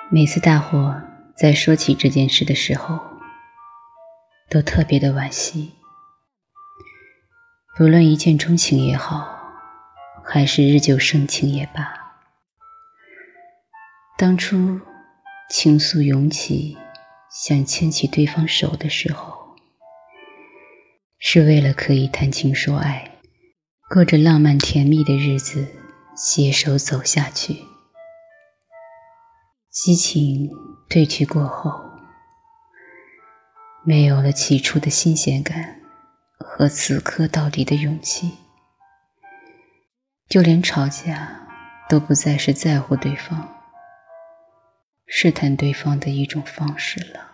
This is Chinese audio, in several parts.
每次大伙在说起这件事的时候，都特别的惋惜。不论一见钟情也好，还是日久生情也罢，当初情愫涌起，想牵起对方手的时候，是为了可以谈情说爱，过着浪漫甜蜜的日子，携手走下去。激情褪去过后，没有了起初的新鲜感和此刻到底的勇气，就连吵架都不再是在乎对方、试探对方的一种方式了。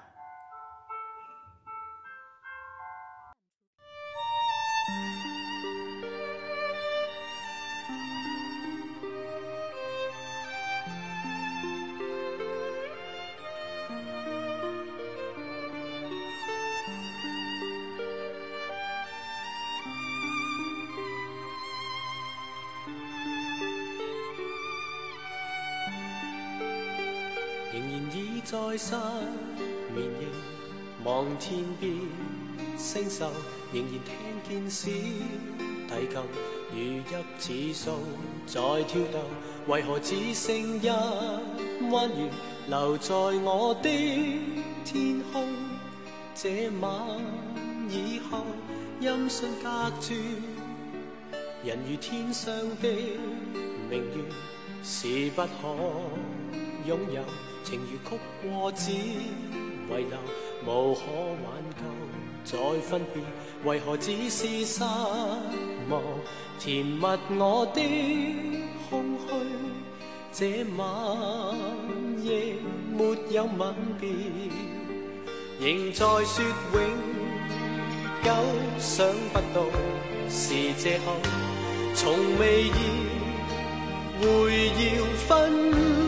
仍然倚在失眠夜，望天边星宿，仍然聽見小提琴如泣似訴在跳動，為何只剩一彎月留在我的天空？這晚以後音訊隔絕，人如天上的明月是不可擁有，情如曲過只遺留，無可挽救再分別，為何只是失望填密我的空虛？這晚夜沒有吻別，仍在說永久，想不到是藉口，從未意會要分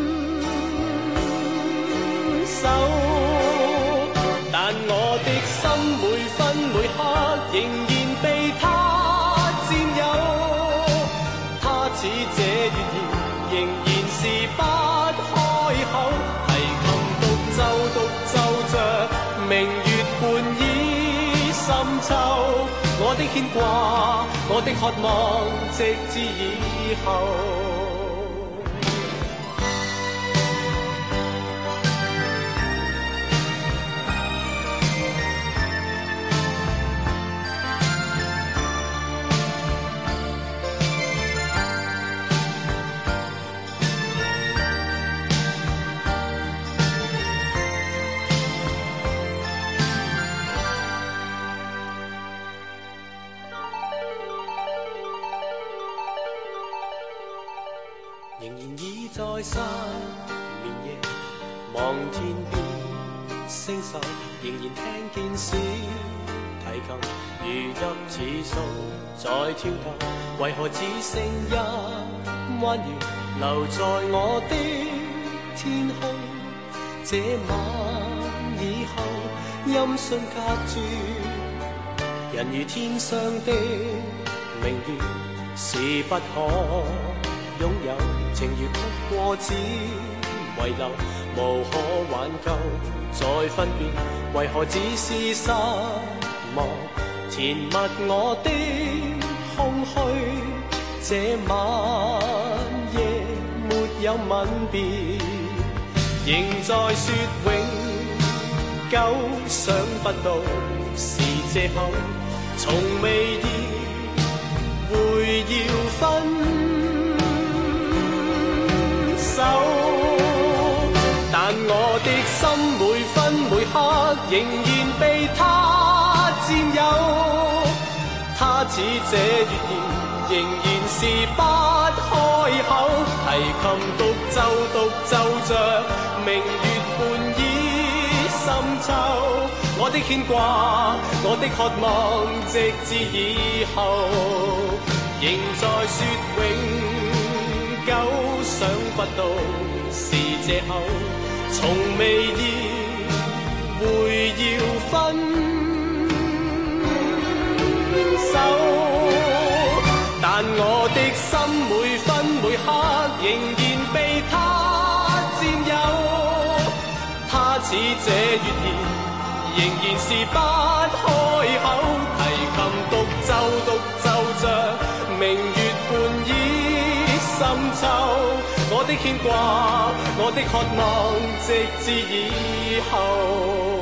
手，但我的心每分每刻仍然被他佔有，他似這月兒仍然是不開口，提琴獨奏着明月半倚深秋，我的牽掛，我的渴望，直至以後。仍然倚在失眠夜，望天邊星宿，仍然聽見小提琴如泣似訴在跳動，為何只剩一彎月留在我的天空？這晚以後音訊隔絕，人如天上的明月是不可擁有，情如曲過只遺留，無可挽救再分別，為何只是失望填密我的空虛？這晚夜沒有吻別，仍在說永久，想不到是藉口，從未意會要分手，但我的心每分每刻仍然被他佔有，他似這月兒仍然是不開口，提琴獨奏着明月半倚深秋，我的牽掛，我的渴望，直至以後，仍在說永久，想不到是藉口，從未意會要分手，但我的心每分每刻仍然被他佔有， 似這月兒，仍然是不開口。提琴獨奏着明月半倚深秋。我的牽掛，我的渴望，直至以後。